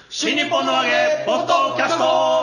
新日本の揚げポッドキャスト。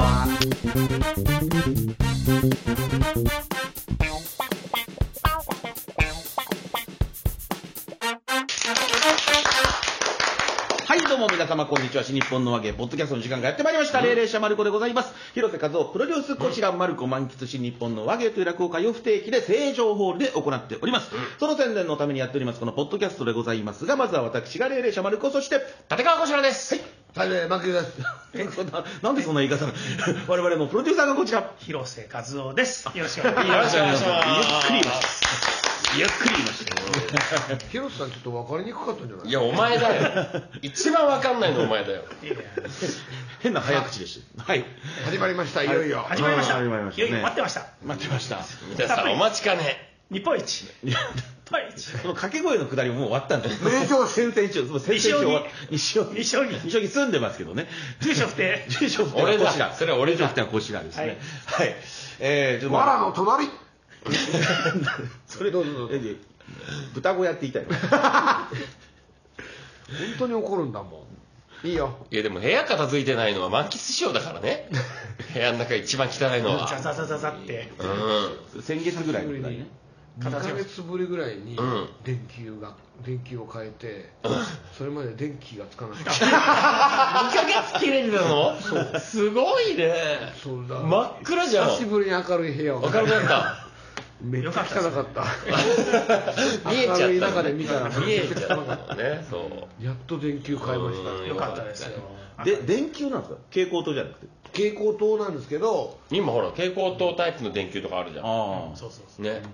はいどうも皆様こんにちは。新日本の揚げポッドキャストの時間がやってまいりました。霊霊者マルコでございます。広瀬和夫プロデュース、こちらマルコ満喫新日本の揚げという落語会を不定期で成城ホールで行っております。その宣伝のためにやっておりますこのポッドキャストでございますが、まずは私が霊霊者マルコ、そして立川こちらです。 はい、マキです。 なんでそんな言い方なの我々のプロデューサーがこちら、 広瀬和夫です。よろしくお願いします。 ゆっくり言いました。 広瀬さんちょっと分かりにくかったんじゃない？ いやお前だよ。一番分かんないのお前だよ。 変な早口でした。はい。 始まりました。いよいよ。 始まりました。 始まりましたね。 いよいよ待ってました。 待ってました。 皆さんお待ちかね。 日本一。 その掛け声のくだりももう終わったんです。 名称先々週、西尾に住んでますけどね。 住所不定。 住所不定はこちら。 それは俺だ。 住所不定はこちらですね。はい。 わらの隣。 それどうぞ。豚小屋って言いたいの。 本当に怒るんだもん。いいよ。 いやでも部屋片付いてないのは満喫仕様だからね。部屋の中一番汚いのは。 ザザザザザって。 先月ぐらいのくだりね。 2ヶ月ぶりぐらいに電球を変えて、それまで電気がつかなかった。 2ヶ月切れてたの？そう。すごいね。 そうだ。 真っ暗じゃん。 久しぶりに明るい部屋を。 明るくなった。 めっちゃ汚かった。 見えちゃった。 明るい中で見たら見えちゃったね。そう。 やっと電球変えました。 よかったですよ。 で電球なんですか？蛍光灯じゃなくて。 蛍光灯なんですけど、 今ほら蛍光灯タイプの電球とかあるじゃん。 ああ。 そうそうそう。 ね。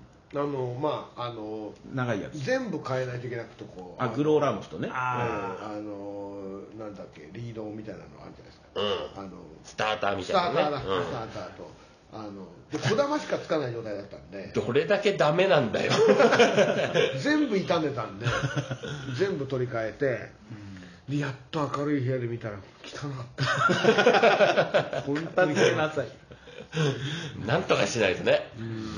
長いやつ。 全部変えないといけなくてこう。 グローランプとね。 なんだっけ、リードみたいなのあるじゃないですか。 スターターみたいなね。 スターターと。で小玉しかつかない状態だったんで、 どれだけダメなんだよ。 全部傷んでたんで全部取り替えて、でやっと明るい部屋で見たら汚かった。本当にごめんなさい。 なんとかしないとね。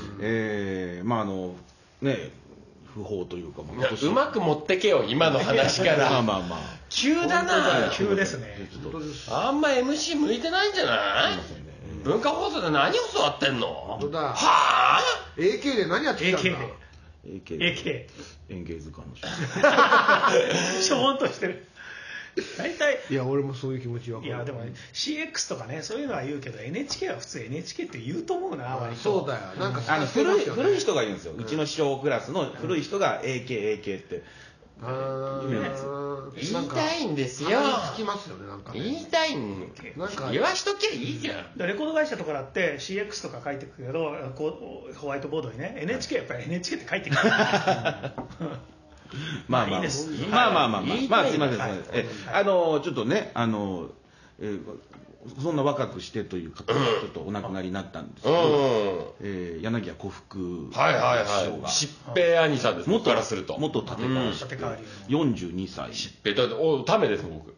ね、不法というか、 うまく持ってけよ今の話から。 まあ急だな。 急ですね。 あんま MC 向いてないんじゃない？文化放送で何教わってんの？ 本当だ。 はあ？ AK で何やってきたんだ？ AK 演芸図鑑のしょぼんとしてる。大体いや俺もそういう気持ち分かる。 いやでも CX とかねそういうのは言うけど NHK は普通 NHK って言うと思うな。 そうだよ。なんか古い人が言うんですよ。うちの師匠クラスの古い人が AK って言いたいんですよ。 聞きますよね。なんか言いたいん言わしときゃいいじゃん。 レコード会社とかだって CX とか書いてくけどホワイトボードにね NHK やっぱり NHK って書いてくる。 まあすいません。ちょっとねそんな若くしてという方がちょっとお亡くなりになったんですけど、柳家小福師匠が疾病兄さんです。 元からすると元立川師42歳。 疾病だってためです僕。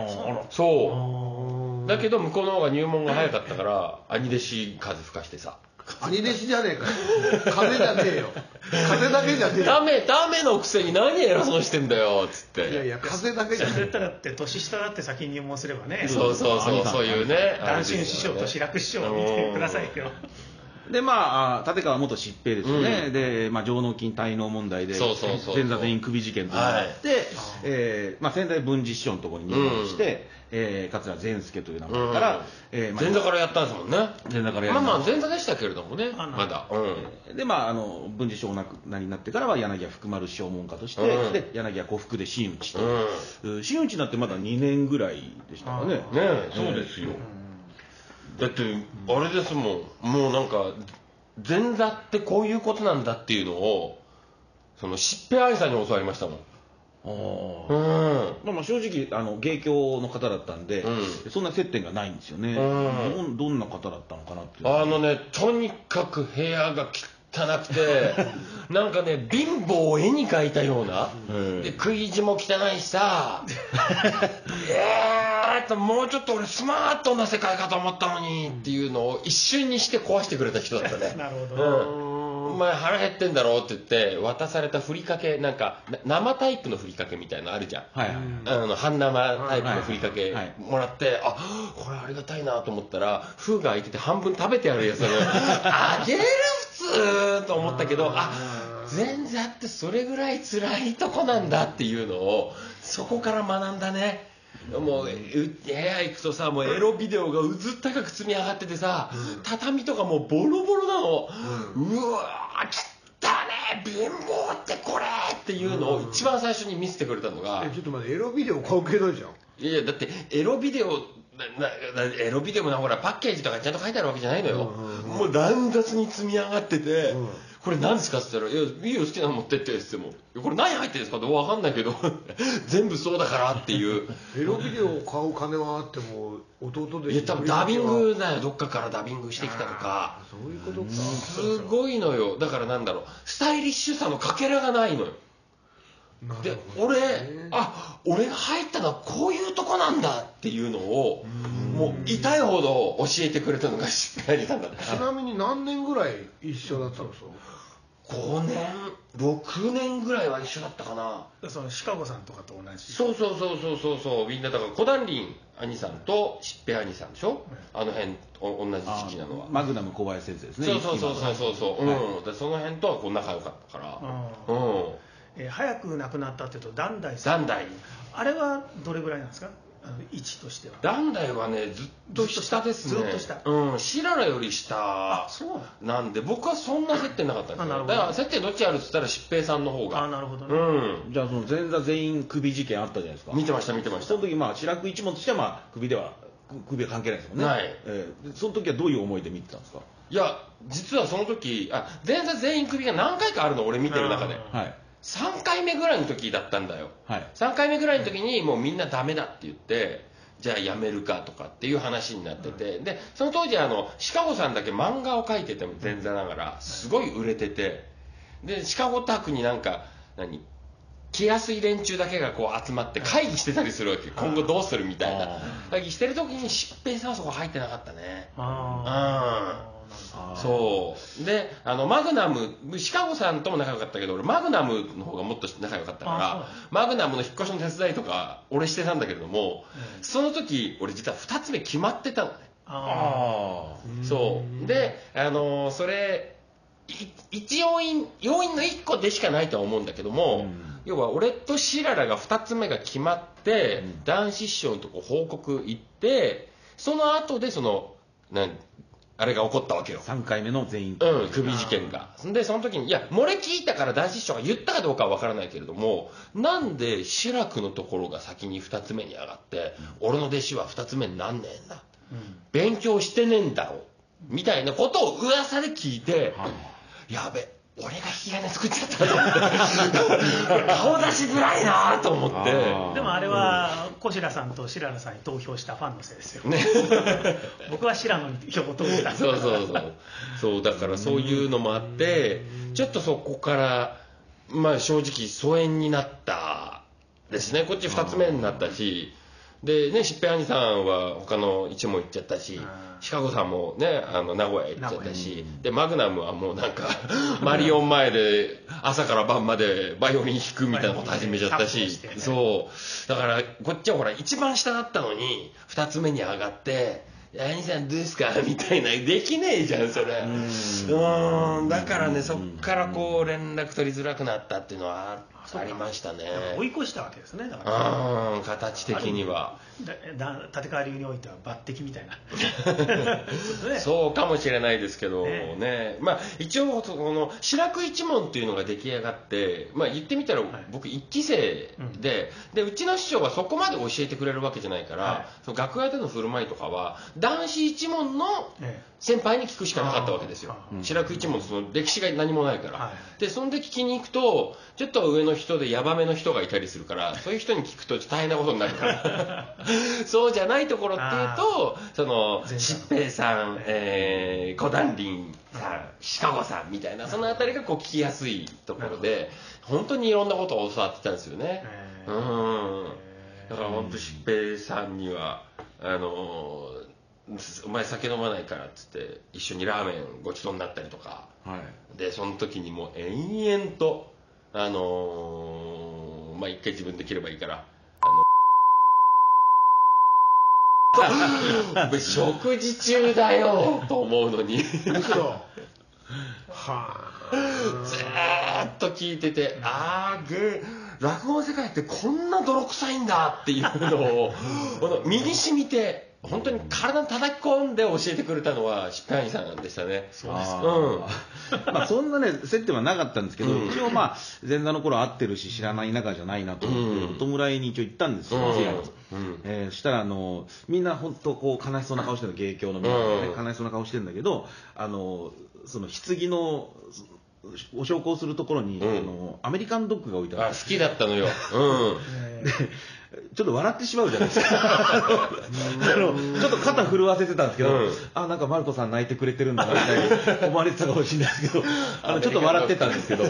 そうだけど向こうの方が入門が早かったから兄弟子風吹かしてさ。 兄弟子じゃねえかよ。風じゃねえよ。風だけじゃねえよ。 ダメのくせに何偉そうにしてんだよっつって。 いや風だけじゃねえよ。 だって年下だって先に入門すればね。 そういうね。 談春師匠と志らく師匠を見てくださいよ。 で立川元疾病ですよね。で上納金滞納問題で前座全員首事件となって仙台文治師匠のところに入門して桂善介という名前から前座からやったんですもんね。 前座からやりま前座でしたけれどもねまだ。 で文治師匠お亡くなりになってからは柳家福丸師匠門下としてで柳家小福で真打ちと真打ちになってまだ2年ぐらいでしたかね。 そうですよ。だってあれですもうなんか前座ってこういうことなんだっていうのをその疾病愛さんに教わりましたもん。 正直芸協の方だったんでそんな接点がないんですよね。どんな方だったのかなって。 とにかく部屋が汚くてなんかね貧乏を絵に描いたようなで食い意地も汚いしさもうちょっと俺スマートな世界かと思ったのにっていうのを一瞬にして壊してくれた人だったね。 なるほど。 前腹減ってんだろって言って渡されたふりかけ、なんか生タイプのふりかけみたいなのあるじゃん、 はい半生タイプのふりかけはいもらって、あ、これありがたいなと思ったら封が開いてて半分食べてやるやつなのあげる普通と思ったけど、前座ってそれぐらい辛いとこなんだっていうのをそこから学んだね。もう部屋行くとさ、もうエロビデオがうずったかく積み上がっててさ、畳とかもうボロボロなの、うわーきったね貧乏ってこれっていうのを一番最初に見せてくれたのが、 ちょっと待って、エロビデオ買うけどじゃん。 いやだってエロビデオエロビデオもほらパッケージとかちゃんと書いてあるわけじゃないのよ、もう乱雑に積み上がってて、これ何ですかって言ったら、いやビデオ好きなの持ってってって言っても、これ何入ってるんですかって分かんないけど全部そうだからっていうエロビデオを買う金はあっても弟で、 いや多分ダビングだよ、どっかからダビングしてきたとか、 そういうことか。 すごいのよ。だからなんだろう、スタイリッシュさのかけらがないのよ。で俺が入ったのはこういうとこなんだっていうのをもう痛いほど教えてくれたのがしっかりさんだった。 ちなみに何年ぐらい一緒だったの？ 5年6年ぐらいは一緒だったかな。 そのシカゴさんとかと同じ。 そうみんなだから小団林兄さんとしっぺ兄さんでしょ、あの辺同じ時期なのはマグナム小林先生ですね。 そう、でその辺とはこう仲良かったから、 早く亡くなったっていうとダンダイさん、あれはどれぐらいなんですか、位置としては。 ダンダイはねずっと下ですね。 ずっと下。 シララより下なんで、僕はそんな接点なかったんですよ。だから接点どっちあるって言ったら疾平さんの方が。 なるほどね。じゃあその前座全員首事件あったじゃないですか。 見てました。 その時白く一門としては首は関係ないですもんね。 はい。 その時はどういう思いで見てたんですか。 いや実はその時前座全員首が何回かあるの、俺見てる中で。はい。3回目ぐらいの時だったんだよ、3回目ぐらいの時にもうみんなダメだって言って、じゃあやめるかとかっていう話になってて、でその当時シカゴさんだけ漫画を描いてても前座ながらすごい売れてて、でシカゴタクに来やすい連中だけがこう集まって会議してたりするわけ、今後どうするみたいな会議してる時に疾平さんはそこ入ってなかったね。そうでマグナム、シカゴさんとも仲良かったけど俺マグナムの方がもっと仲良かったからマグナムの引っ越しの手伝いとか俺してたんだけれども、その時俺実は2つ目決まってたのね。そうでそれ要因の1個でしかないとは思うんだけども、要は俺とシララが2つ目が決まって、男子師匠のとこ報告行って、その後であれが起こったわけよ。 3回目の全員首事件が。でその時に漏れ聞いたから男子師匠が言ったかどうかは分からないけれども、なんで志らくのところが先に2つ目に上がって、俺の弟子は2つ目になんねえんだ、勉強してねえんだろみたいなことを噂で聞いて、やべ俺が引き金作っちゃったと思って顔出しづらいなと思って。 でもあれは小白さんと白良さんに投票したファンのせいですよね僕は白野に票を投じた。 そうだからそういうのもあって、ちょっとそこから正直疎遠になったですね。こっち2つ目になったし、でね、しっぺ兄さんは他の一門行っちゃったし、シカゴさんもね名古屋行っちゃったし、でマグナムはもうマリオン前で朝から晩までバイオリン弾くみたいなこと始めちゃったし、そうだからこっちはほら一番下だったのに2つ目に上がって「兄さんどうですか?」みたいなできねえじゃんそれ。だからね、そっからこう連絡取りづらくなったっていうのはありましたね。 追い越したわけですね。だから形的には立川流においては抜擢みたいなそうかもしれないですけどね。一応この白く一門っていうのが出来上がって、言ってみたら僕1期生で、うちの師匠はそこまで教えてくれるわけじゃないから、その楽屋での振る舞いとかは男子一門の先輩に聞くしかなかったわけですよ。白く一門その歴史が何もないから、でそんで聞きに行くとちょっと上の人でヤバめの人がいたりするから、そういう人に聞くと大変なことになるからそうじゃないところっていうと、その疾平さん、小団林さん、シカゴさんみたいな、そのあたりがこう聞きやすいところで、本当にいろんなことを教わってたんですよね。だから本当疾平さんにはお前酒飲まないからっつって一緒にラーメンごちそうになったりとか、 はい、 でその時にもう延々とまあ一回自分で切ればいいから食事中だよと思うのに嘘はずーっと聞いてて、落語の世界ってこんな泥臭いんだっていうのを身に染みて本当に体に叩き込んで教えてくれたのはしっぺ兄さんでしたね。 そうですか。まあそんなね接点はなかったんですけど、一応まあ前座の頃会ってるし知らない仲じゃないなと思ってお弔いに一応行ったんですよ。そしたらみんな本当こう悲しそうな顔してる、芸協のみんなね悲しそうな顔してるんだけど、その棺のお焼香するところに、アメリカンドッグが置いてある。 好きだったのよ。 ちょっと笑ってしまうじゃないですか。ちょっと肩震わせてたんですけど、なんかマルコさん泣いてくれてるんだなみたいに思われてたかもしれないですけど、ちょっと笑ってたんですけど、ま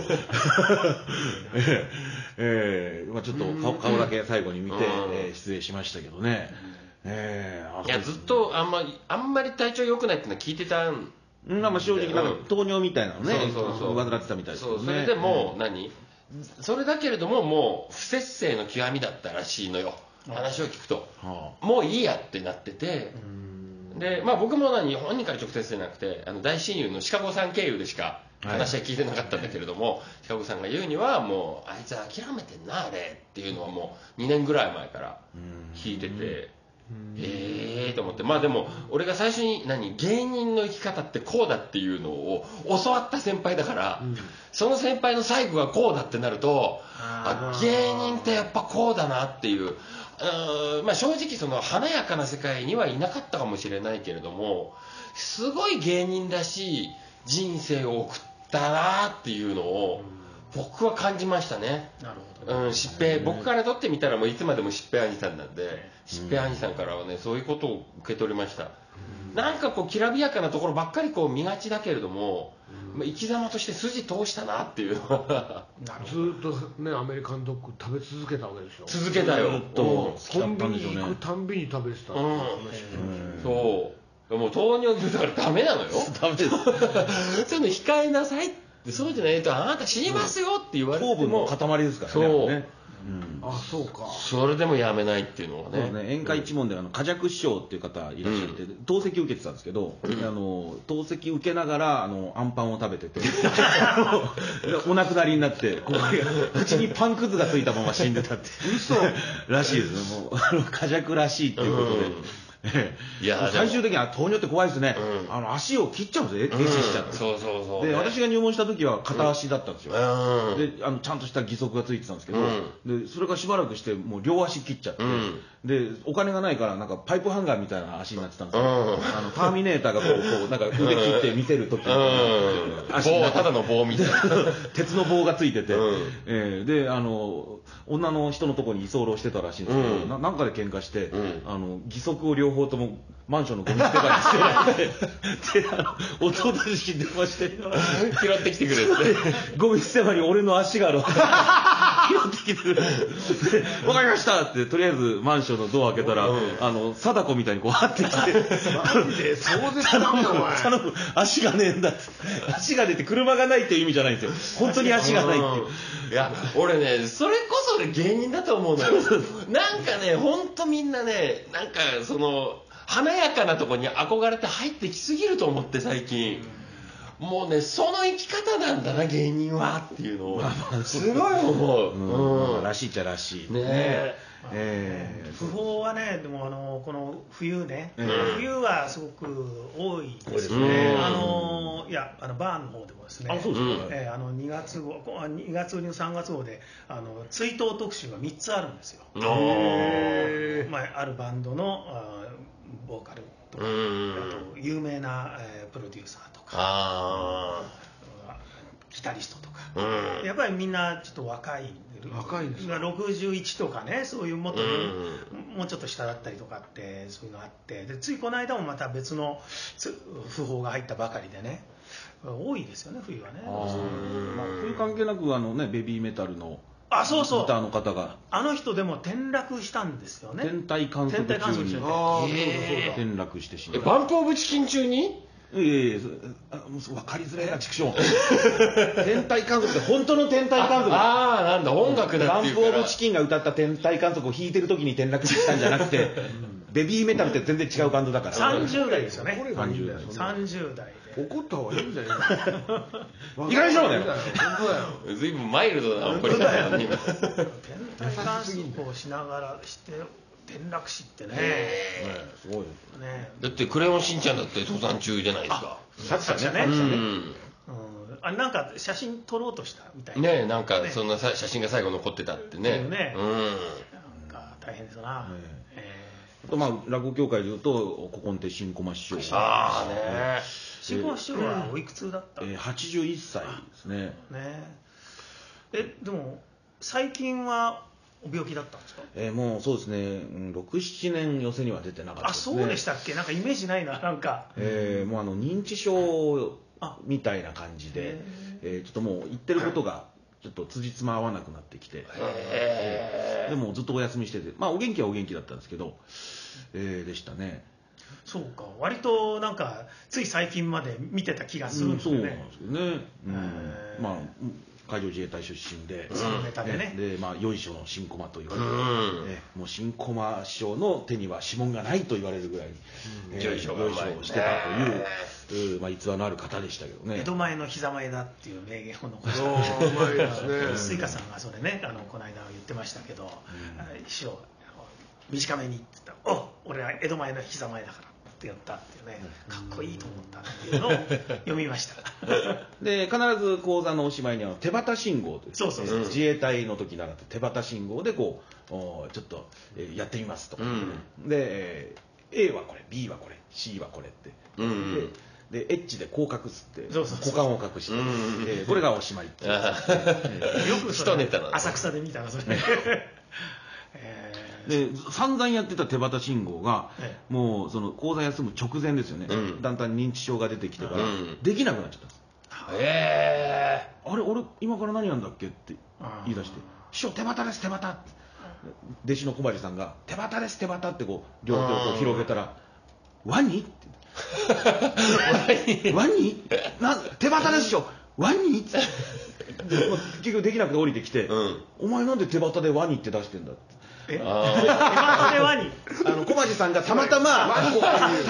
あちょっと顔だけ最後に見て、失礼しましたけどね。 いやずっとあんまり体調良くないっていうのは聞いてたん。 まあ正直なんか糖尿みたいなのね、患ってたみたいですけどね。 それでもそれだけれどももう不摂生の極みだったらしいのよ、話を聞くと。もういいやってなってて、でまあ僕も本人から直接じゃなくて大親友のシカゴさん経由でしか話は聞いてなかったんだけれども、シカゴさんが言うにはもうあいつ諦めてんなあれっていうのはもう2年ぐらい前から聞いてて。と思って、まあでも俺が最初に芸人の生き方ってこうだっていうのを教わった先輩だから、その先輩の最後がこうだってなると芸人ってやっぱこうだなっていう、まあ正直その華やかな世界にはいなかったかもしれないけれども、すごい芸人らしい人生を送ったなっていうのを僕は感じましたね。 なるほど。 僕からとってみたらもういつまでもしっぺ兄さんなんで、しっぺ兄さんからはねそういうことを受け取りました。なんかこうきらびやかなところばっかりこう見がちだけれども、生き様として筋通したなっていうのはずっとねアメリカンドッグ食べ続けたわけでしょ。 続けたよ。 コンビニ行くたんびに食べてた。 そうもう糖尿病だからダメなのよ。ダメです。そういうの控えなさいって、そうじゃないとあなた死にますよって言われても、 糖分の塊ですからね。 そう。 そうか。 それでもやめないっていうのはね。 宴会一門で華雀師匠っていう方いらっしゃって、透析受けてたんですけど、透析受けながらアンパンを食べててお亡くなりになって口にパンくずがついたまま死んでたって嘘らしいですね。もう華雀らしいっていうことで。いや最終的には糖尿って怖いですね。足を切っちゃうんですよ、壊死しちゃって。 そうそうそう。 で私が入門した時は片足だったんですよ。でちゃんとした義足がついてたんですけど、でそれがしばらくしてもう両足切っちゃって、でお金がないからなんかパイプハンガーみたいな足になってたんですよ。ターミネーターがこうなんか腕切って見せる時にただの棒みたいな鉄の棒がついてて、で女の人のところに居候してたらしいんですけど、なんかで喧嘩して義足を両方ともマンションのゴミ捨て場に捨てられて、で弟たちに電話して拾ってきてくれってゴミ捨て場に俺の足がある拾ってきてくれて分かりましたってとりあえずマンションのドア開けたら貞子みたいにこう張ってきてマジでそうですかお前頼む足がねえんだって、足がねえって車がないっていう意味じゃないんですよ、本当に足がないっていう。 いや俺ねそれこそ俺芸人だと思うのよ。なんかね本当みんなねなんかその華やかなとこに憧れて入ってきすぎると思って最近。もうねその生き方なんだな芸人はっていうのをすごい思う。 らしいっちゃらしいね。 訃報はねでもこの冬ね、冬はすごく多いですね。いやバーンの方でもですね、2月号2月売りの3月号で追悼特集が3つあるんですよ。あるバンドのボーカルとか、あと有名なプロデューサーとかギタリストとか、やっぱりみんなちょっと若いんですか。61とかね、そういうもうちょっと下だったりとかってそういうのあって、でついこの間もまた別の訃報が入ったばかりでね、多いですよね冬はね。 冬関係なくベビーメタルのあ、そうそう、 ギターの方があの人でも転落したんですよね。 天体観測中に転落してしまう。 バンプオブチキン中に分かりづらいな、畜生。天体観測って本当の天体観測。 ああ、なんだ、音楽だっていうから。 バンプオブチキンが歌った天体観測を弾いてる時に転落したんじゃなくて、ベビーメタルって全然違うバンドだから。 30代ですよね。 30代。 30代で。 怒った方がいいんじゃないいかにしろだよ。 ずいぶんマイルドな本当だよ。天体観測をしながらして転落死ってね。 すごいですね。 だってクレヨンしんちゃんだって登山中じゃないですか。 作者ね。あ、なんか写真撮ろうとしたみたいな。 ね、なんかそんな写真が最後残ってたってね。 なんか大変ですな。 あとまあ落語協会でいうと古今亭新駒師匠。 ああね。 新駒師匠はおいくつだった？ 81歳ですね。 でも最近はお病気だったんですか？ もうそうですね、6、7年寄席には出てなかったですね。 あ、そうでしたっけ？なんかイメージないな、なんか。 もう認知症みたいな感じで、ちょっともう言ってることがちょっと辻褄合わなくなってきて、でもずっとお休みしてて、まあお元気はお元気だったんですけど、でしたね。 そうか、割となんかつい最近まで見てた気がするんですよね。 そうなんですよね。まあ海上自衛隊出身で、 そのネタでね。 で、まあ、よいしょの新駒と言われて、もう新駒師匠の手には指紋がないと言われるぐらいに、よいしょをしてたという、まあ、逸話のある方でしたけどね。 江戸前の膝前だっていう名言を残して、スイカさんがそれね、この間言ってましたけど、師匠、短めにって言ったら、俺は江戸前の膝前だから。ってやったっていうね、かっこいいと思ったっていうのを読みましたで必ず講座のおしまいに手旗信号という、自衛隊の時習って手旗信号でこうちょっとやってみますと、で A はこれ B はこれ C はこれって、でエッチでこう隠すって股間を隠して、これがおしまいっていうよくそれ浅草で見たらそれで散々やってた手旗信号が、もうその講座休む直前ですよね、だんだん認知症が出てきてから、できなくなっちゃったんです。あれ俺今から何やんだっけって言い出して、師匠手旗です手旗って、弟子の小針さんが手旗です手旗ってこう両手をこう広げたら、ワニってワニ手旗ですよワニって結局できなくて降りてきて、お前なんで手旗でワニって出してんだって。 手旗でワニ小町さんがたまたま手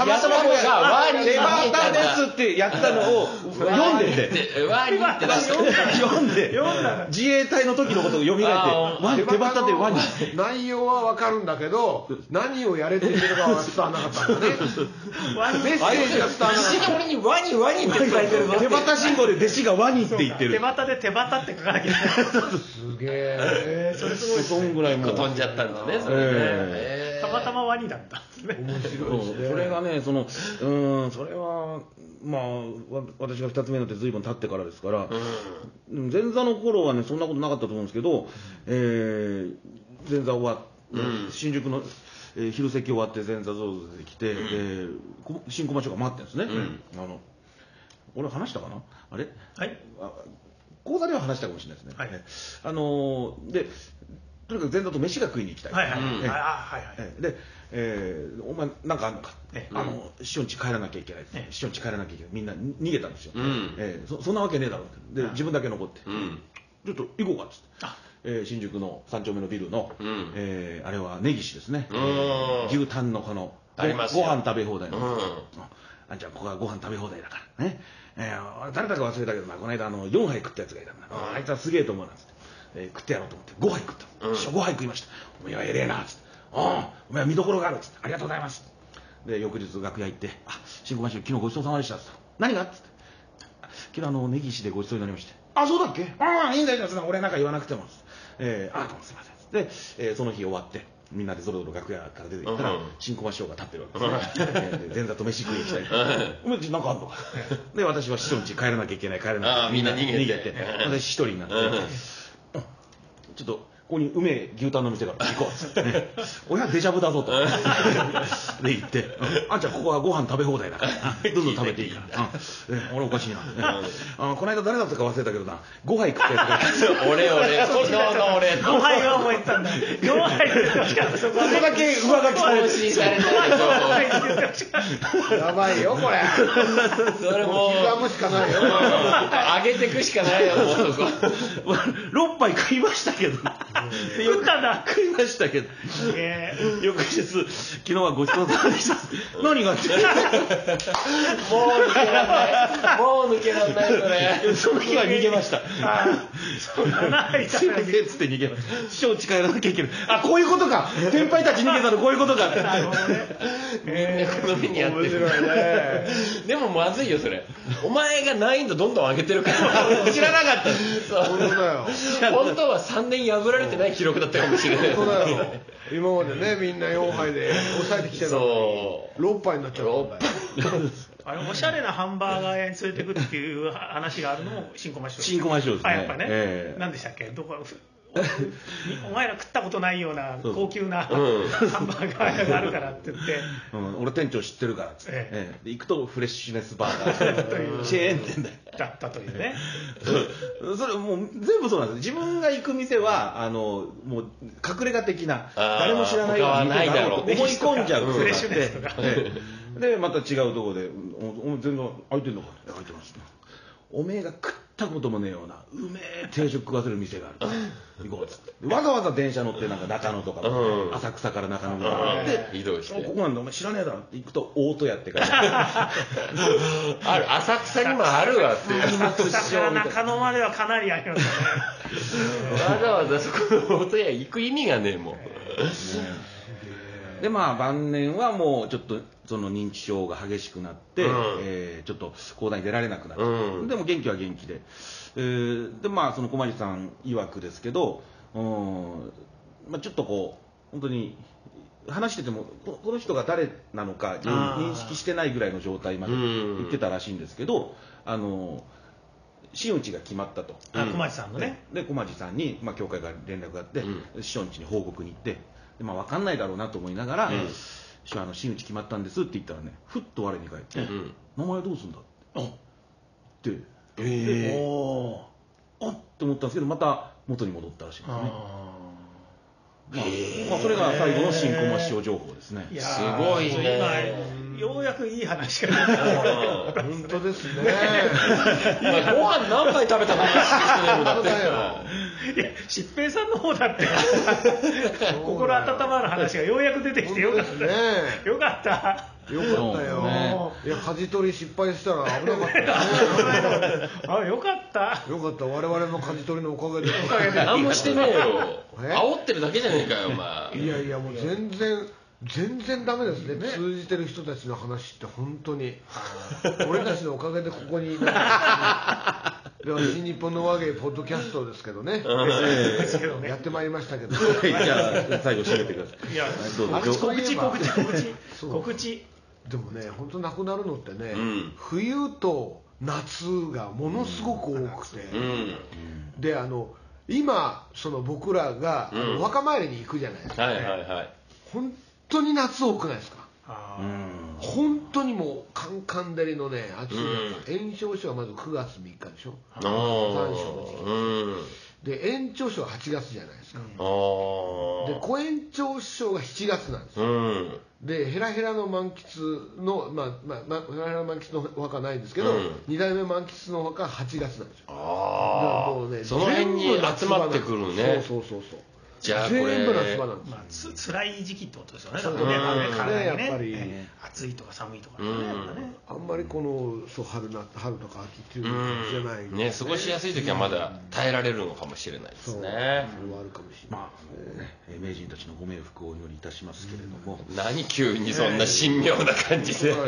旗ですってやったのを読んでて、 ワニって読んで自衛隊の時のことを読み替えて、手旗でワニ、 内容は分かるんだけど何をやれって言ってるかは伝わらなかったんだね。メッセージが伝わらなかった。 弟子が俺にワニワニって書いてる。 手旗信号で弟子がワニって言ってる。 手旗で手旗って書かなきゃいけない。 すげえ。 それすごい。そんぐらいもう飛んじゃったんだね、それね。 たまたまワニだったんですね。 面白いですね。 それがね、それはまあ私が2つ目のって随分経ってからですから、前座の頃はねそんなことなかったと思うんですけど、前座終わって新宿の昼席終わって前座像出てきて、新駒師匠が待ってるんですね。俺話したかなあれ、講座では話したかもしれないですね。でとにかく前座と飯が食いに行きたい。で、お前なんかあんのか、師匠ん家帰らなきゃいけない、師匠ん家帰らなきゃいけない、みんな逃げたんですよ。そんなわけねえだろうって、で自分だけ残って、ちょっと行こうかっつって、新宿の3丁目のビルの、あれは根岸ですね、牛タンのこのご飯食べ放題の、あんちゃんここはご飯食べ放題だからね、誰だか忘れたけどな、この間4杯食ったやつがいたんだ、あいつはすげえと思うなっつって。食ってやろうと思って5杯食った、師匠5杯食いました、お前は偉えなっつって、お前は見どころがあるっつって、ありがとうございますで翌日楽屋行って、新駒師匠昨日ごちそうさまでしたっつって、何がっつって、昨日根岸でごちそうになりまして、そうだっけ、いいんだよ俺なんか言わなくても、どうもすいませんで、その日終わってみんなでぞろぞろ楽屋から出て行ったら、新駒師匠が立ってるわけですね。前座と飯食いに行きたい。お前なんかあんのか。で私は師匠の家帰らなきゃいけない、帰らなきゃいけない、みんな逃げて、私一人になって、ちょっとこにうめえ牛タンの店から行こうっつってね親デジャブだぞとで行ってあんちゃんここはご飯食べ放題だからどんどん食べていいから俺おかしいなこの間誰だったか忘れたけどな5杯食って俺昨日の俺 5杯は覚えてたんだ5杯って言ってほしかったそこだけ上書き更新されたでしょやばいよこれそれもう刻むしかないよ上げてくしかないよもうそこ 6杯食いましたけど食ったんだ食いましたけど翌日昨日はごちそうさまでした何があってもう抜けらんないそれその日は逃げましたそうだなすいませんっつって逃げました師匠近寄らなきゃいけないこういうことか先輩たち逃げたらこういうことかみんなこの目にやってるでもまずいよそれお前が難易度どんどん上げてるから知らなかった本当だよ本当は3年破られてない記録だったかもしれない本当だよ今までねみんな4杯で抑えてきてたのに6杯になっちゃったんだよおしゃれなハンバーガー屋に連れてくっていう話があるのも新駒師匠新駒師匠ですねやっぱね、何でしたっけどこお前ら食ったことないような高級なハンバーガー屋があるからって言って、 俺店長知ってるからっつって、行くとフレッシュネスバーガーチェーン店だったというねそれもう全部そうなんです自分が行く店はもう隠れ家的な誰も知らないような店だろうと思い込んじゃうフレッシュネスとかでまた違うところで「全然空いてんのか?」「空いてます」おめえが食ったこともねえようなうめえ定食食わせる店がある行こうっつってわざわざ電車乗ってなんか中野とか浅草から中野から移動してここなんだお前知らねえだろって行くと大戸屋って書いてある浅草にもあるわって浅草から中野まではかなりありますよねわざわざそこの大戸屋行く意味がねえもんでまあ晩年はもうちょっとその認知症が激しくなって、ちょっと講談に出られなくなって、でも元気は元気で、でまあその駒地さん曰くですけど、まあ、ちょっとこう本当に話しててもこの人が誰なのか認識してないぐらいの状態まで言ってたらしいんですけど、真打ちが決まったと。 駒地さんのね。 で駒地さんに、まあ、教会から連絡があって、師匠ん家に報告に行ってで、まあ、分かんないだろうなと思いながら、師匠真打ち決まったんですって言ったらねふっと我に返って「名前どうすんだ?」ってあって思ったんですけどまた元に戻ったらしいんですね。まあそれが最後の新駒師匠情報ですね。 すごいね。 今ようやくいい話が出てきた。 本当ですね。 ご飯何杯食べたのそうだよ。 いや疾平さんの方だって心温まる話がようやく出てきてよかったね。よかった。 よかったよ。いや舵取り失敗したら危なかったよね。 あ、よかった。 よかった。我々の舵取りのおかげで。 何もしてねえよ。煽ってるだけじゃねえかよお前。 いやいやもう全然ダメですね。通じてる人たちの話って本当に俺たちのおかげでここに。では新日本の和芸ポッドキャストですけどね。やってまいりましたけど。 じゃあ最後締めてください。 いや告知。 でもね本当なくなるのってね、冬と夏がものすごく多くて、で今その僕らがお墓参りに行くじゃないですか、本当に夏多くないですか。本当にもうカンカン照りのね暑い中、延長書はまず9月3日でしょ、残暑の時期で延長書は8月じゃないですか。で小延長書が7月なんですよ。でヘラヘラの満喫のヘラヘラ満喫のお墓ないんですけど、2代目満喫のお墓は8月なんですよ。もうねその辺に集まってくるね。 そうじゃあこれ全部夏場なんですよ。 辛い時期ってことですよね。 やっぱり暑いとか寒いとかね。あんまりこの春とか秋っていうのじゃないね。過ごしやすい時はまだ耐えられるのかもしれないですね。それはあるかもしれない。 名人たちのご冥福をお祈りいたしますけれども。 何急にそんな神妙な感じで。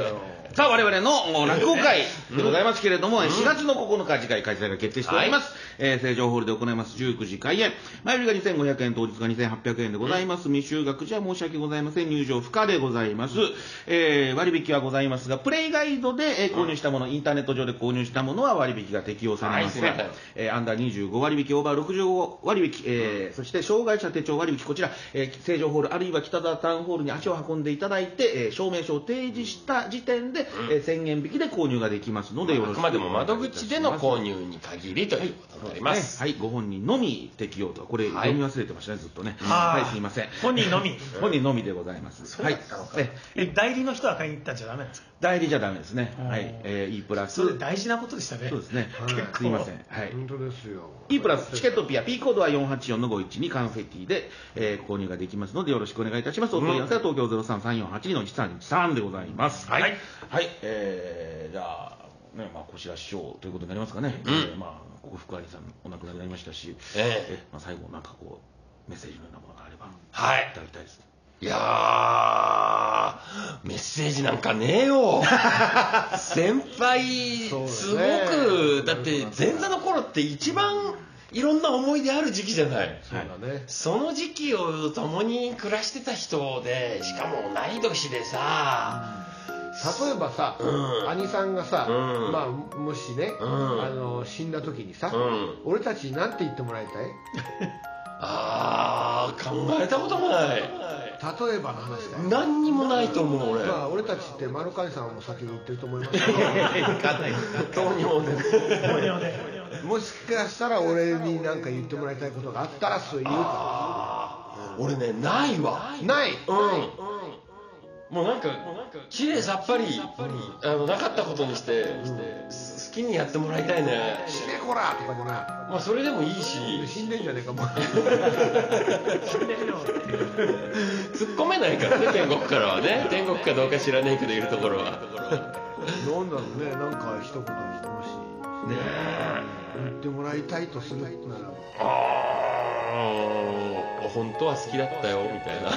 さあ我々の落語会でございますけれども、4月の9日次回開催が決定しております。成城ホールで行います19時開演。前売りが2500円、当日が2800円でございます。未就学児は申し訳ございません。入場不可でございます。割引はござざいますが、プレイガイドで購入したもの、インターネット上で購入したものは割引が適用されません。アンダー25割引、オーバー65割引、そして障害者手帳割引、こちら、成城ホールあるいは北沢タウンホールに足を運んでいただいて、証明書を提示した時点で、1000円引きで購入ができますので、よろしくお願いします。あくまでも窓口での購入に限りということになります。はい、ご本人のみ適用と、これ読み忘れてましたね、ずっとね。はい、すいません。 本人のみ。 本人のみでございます。はい。 代理の人は買いに行ったんじゃダメなんですか？ 代理じゃダメですね。はい。E プラス。 それ大事なことでしたね。 そうですね。すいません。はい。 本当ですよ。 E プラスチケットピア P コードは484-512カンフェティで購入ができますのでよろしくお願いいたします。お問い合わせは東京 033482-1313 でございます。はい。はい。じゃあね、まあこちら師匠ということになりますかね。まあここ福有さんお亡くなりになりましたし、まあ最後なんかこうメッセージのようなものがあればいただきたいです。 いやー、メッセージなんかねえよ。先輩、すごく、だって前座の頃って一番いろんな思い出ある時期じゃない。 そうだね。 その時期を共に暮らしてた人で、しかも同い年でさ、 例えばさ、兄さんがさ、まあもしね、死んだ時にさ、俺たちに何て言ってもらいたい？ 考えたこともない。 例えばの話だよ。 何にもないと思う俺。 まあ俺たちってマルカネさんも先に言ってると思いますけど。もしかしたら俺に何か言ってもらいたいことがあったらそう言うか。 俺ね、ないわ。 ない。 もうなんかきれいさっぱりなかったことにして好きにやってもらいたいね。 死ねこらとかもな。 まあそれでもいいし。 死んでんじゃねえかもう。 死んでるよって突っ込めないからね、天国からはね。天国かどうか知らねえけどいるところは。 なんだろうね、なんか一言してほしいね。言ってもらいたいとするなら。 本当は好きだったよみたいな。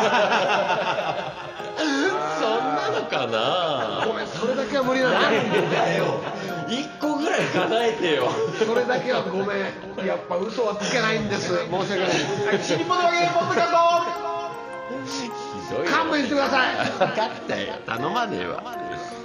そんなのかな。 ごめん、それだけは無理なんだ。 なんでだよ。一個ぐらい叶えてよ。 それだけはごめん。やっぱ嘘はつけないんです。申し訳ない。 新日本のわけポッドキャスト。 勘弁してください。 分かったよ。頼まねえわ。